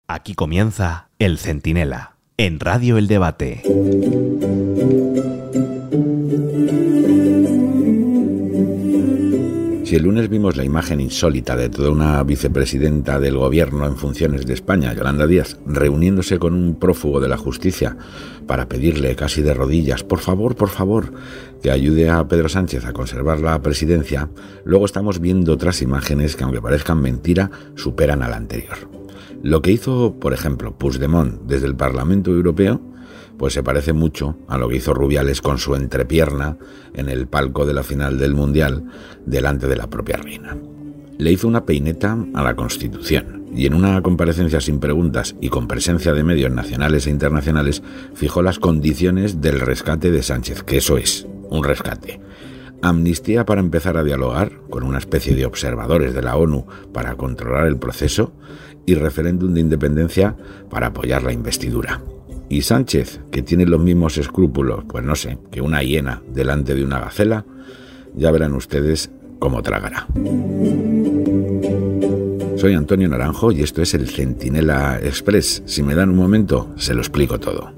Aquí comienza El Centinela, en Radio El Debate. Si el lunes vimos la imagen insólita de toda una vicepresidenta del gobierno en funciones de España, Yolanda Díaz, reuniéndose con un prófugo de la justicia para pedirle casi de rodillas, por favor, que ayude a Pedro Sánchez a conservar la presidencia, luego estamos viendo otras imágenes que, aunque parezcan mentira, superan a la anterior. Lo que hizo, por ejemplo, Puigdemont desde el Parlamento Europeo, pues se parece mucho a lo que hizo Rubiales con su entrepierna en el palco de la final del Mundial delante de la propia reina. Le hizo una peineta a la Constitución y en una comparecencia sin preguntas y con presencia de medios nacionales e internacionales fijó las condiciones del rescate de Sánchez, que eso es, un rescate. Amnistía para empezar a dialogar con una especie de observadores de la ONU para controlar el proceso y referéndum de independencia para apoyar la investidura. Y Sánchez, que tiene los mismos escrúpulos, pues no sé, que una hiena delante de una gacela, ya verán ustedes cómo tragará. Soy Antonio Naranjo y esto es el Centinela Express. Si me dan un momento, se lo explico todo.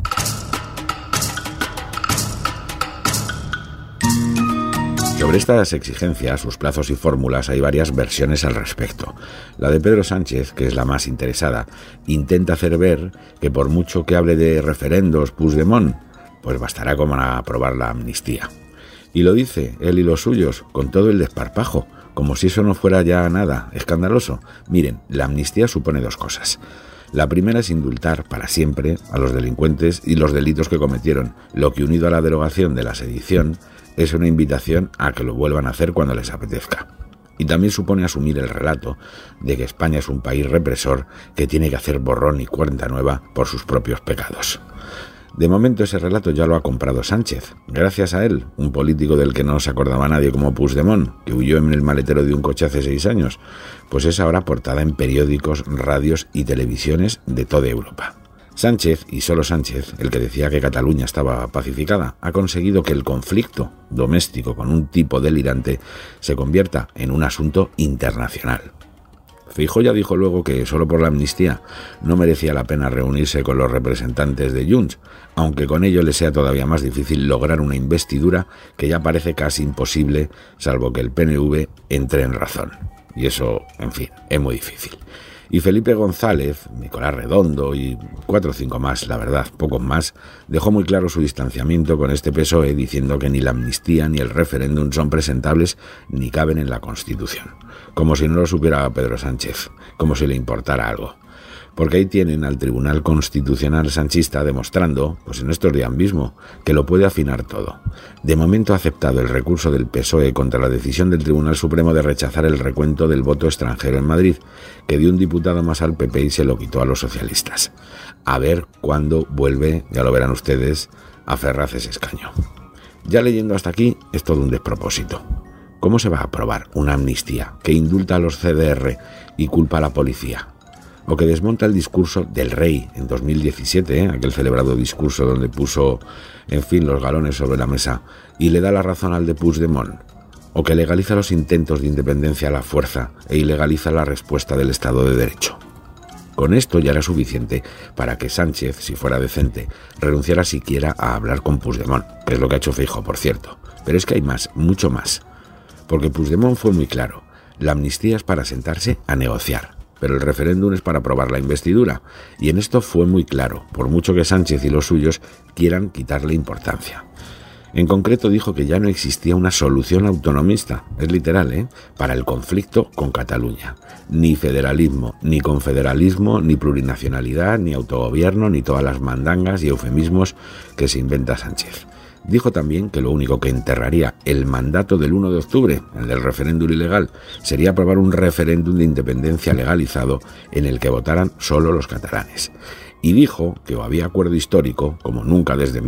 Sobre estas exigencias, sus plazos y fórmulas, hay varias versiones al respecto. La de Pedro Sánchez, que es la más interesada, intenta hacer ver que por mucho que hable de referendos Puigdemont, pues bastará con aprobar la amnistía. Y lo dice, él y los suyos, con todo el desparpajo, como si eso no fuera ya nada escandaloso. Miren, la amnistía supone dos cosas. La primera es indultar para siempre a los delincuentes y los delitos que cometieron, lo que unido a la derogación de la sedición es una invitación a que lo vuelvan a hacer cuando les apetezca. Y también supone asumir el relato de que España es un país represor que tiene que hacer borrón y cuenta nueva por sus propios pecados. De momento ese relato ya lo ha comprado Sánchez. Gracias a él, un político del que no se acordaba nadie como Puigdemont, que huyó en el maletero de un coche hace 6 años, pues es ahora portada en periódicos, radios y televisiones de toda Europa. Sánchez, y solo Sánchez, el que decía que Cataluña estaba pacificada, ha conseguido que el conflicto doméstico con un tipo delirante se convierta en un asunto internacional. Feijóo ya dijo luego que solo por la amnistía no merecía la pena reunirse con los representantes de Junts, aunque con ello le sea todavía más difícil lograr una investidura que ya parece casi imposible, salvo que el PNV entre en razón. Y eso, en fin, es muy difícil. Y Felipe González, Nicolás Redondo y 4 o 5 más, la verdad, pocos más, dejó muy claro su distanciamiento con este PSOE diciendo que ni la amnistía ni el referéndum son presentables ni caben en la Constitución. Como si no lo supiera Pedro Sánchez, como si le importara algo. Porque ahí tienen al Tribunal Constitucional sanchista demostrando, pues en estos días mismo, que lo puede afinar todo. De momento ha aceptado el recurso del PSOE contra la decisión del Tribunal Supremo de rechazar el recuento del voto extranjero en Madrid, que dio un diputado más al PP y se lo quitó a los socialistas. A ver cuándo vuelve, ya lo verán ustedes, a Ferraz ese escaño. Ya leyendo hasta aquí, es todo un despropósito. ¿Cómo se va a aprobar una amnistía que indulta a los CDR y culpa a la policía? O que desmonta el discurso del rey en 2017, aquel celebrado discurso donde puso, en fin, los galones sobre la mesa y le da la razón al de Puigdemont. O que legaliza los intentos de independencia a la fuerza e ilegaliza la respuesta del Estado de Derecho. Con esto ya era suficiente para que Sánchez, si fuera decente, renunciara siquiera a hablar con Puigdemont, que es lo que ha hecho Feijóo, por cierto. Pero es que hay más, mucho más. Porque Puigdemont fue muy claro, la amnistía es para sentarse a negociar. Pero el referéndum es para aprobar la investidura, y en esto fue muy claro, por mucho que Sánchez y los suyos quieran quitarle importancia. En concreto dijo que ya no existía una solución autonomista, es literal, para el conflicto con Cataluña. Ni federalismo, ni confederalismo, ni plurinacionalidad, ni autogobierno, ni todas las mandangas y eufemismos que se inventa Sánchez. Dijo también que lo único que enterraría el mandato del 1 de octubre, el del referéndum ilegal, sería aprobar un referéndum de independencia legalizado en el que votaran solo los catalanes. Y dijo que o había acuerdo histórico, como nunca desde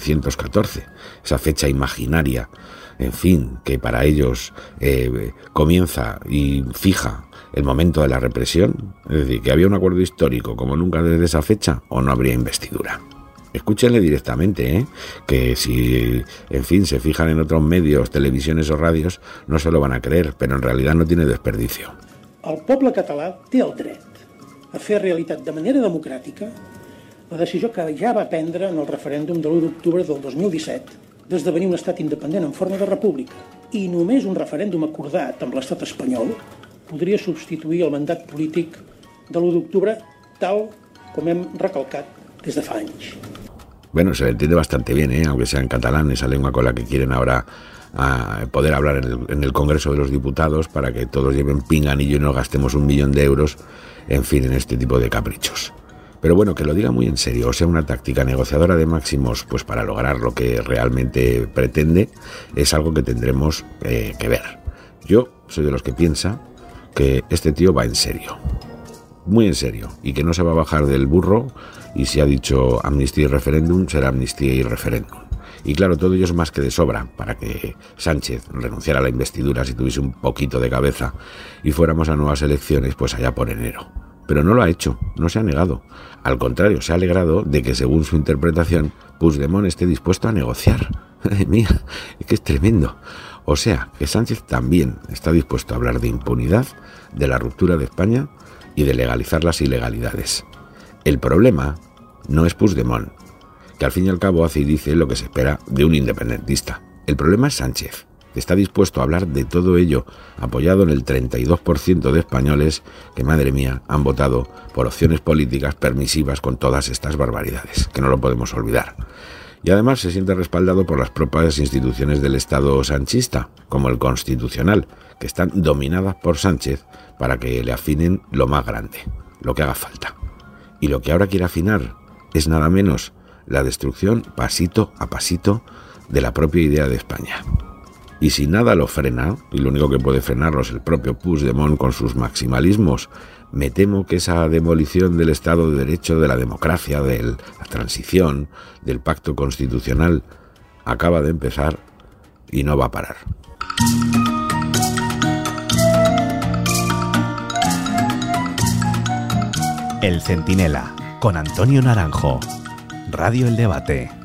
1714, esa fecha imaginaria, en fin, que para ellos comienza y fija el momento de la represión, es decir, que había un acuerdo histórico como nunca desde esa fecha, o no habría investidura. Escúchenle directamente, que si, en fin, se fijan en otros medios, televisiones o radios, no se lo van a creer, pero en realidad no tiene desperdicio. El poble català té el dret a fer realitat de manera democràtica la decisió que ja va prendre en el referèndum de l'1 d'octubre del 2017 d'esdevenir un estat independent en forma de república. I només un referèndum acordat amb l'estat espanyol podria substituir el mandat polític de l'1 d'octubre tal com hem recalcat des de fa anys. Bueno, se le entiende bastante bien, aunque sea en catalán, esa lengua con la que quieren ahora poder hablar en el Congreso de los Diputados para que todos lleven pinganillo y no gastemos 1 millón de euros, en fin, en este tipo de caprichos. Pero bueno, que lo diga muy en serio, o sea, una táctica negociadora de máximos, pues para lograr lo que realmente pretende, es algo que tendremos que ver. Yo soy de los que piensa que este tío va en serio, muy en serio, y que no se va a bajar del burro, y si ha dicho amnistía y referéndum, será amnistía y referéndum. Y claro, todo ello es más que de sobra para que Sánchez renunciara a la investidura si tuviese un poquito de cabeza y fuéramos a nuevas elecciones, pues allá por enero. Pero no lo ha hecho, no se ha negado. Al contrario, se ha alegrado de que, según su interpretación, Puigdemont esté dispuesto a negociar. Madre mía, es que es tremendo. O sea, que Sánchez también está dispuesto a hablar de impunidad, de la ruptura de España y de legalizar las ilegalidades. El problema no es Puigdemont, que al fin y al cabo hace y dice lo que se espera de un independentista. El problema es Sánchez, que está dispuesto a hablar de todo ello, apoyado en el 32% de españoles que, madre mía, han votado por opciones políticas permisivas con todas estas barbaridades, que no lo podemos olvidar. Y además se siente respaldado por las propias instituciones del Estado sanchista, como el Constitucional, que están dominadas por Sánchez para que le afinen lo más grande, lo que haga falta. Y lo que ahora quiere afinar es nada menos la destrucción pasito a pasito de la propia idea de España. Y si nada lo frena, y lo único que puede frenarlo es el propio Puigdemont con sus maximalismos, me temo que esa demolición del Estado de Derecho, de la democracia, de la transición, del pacto constitucional, acaba de empezar y no va a parar. El Centinela, con Antonio Naranjo. Radio El Debate.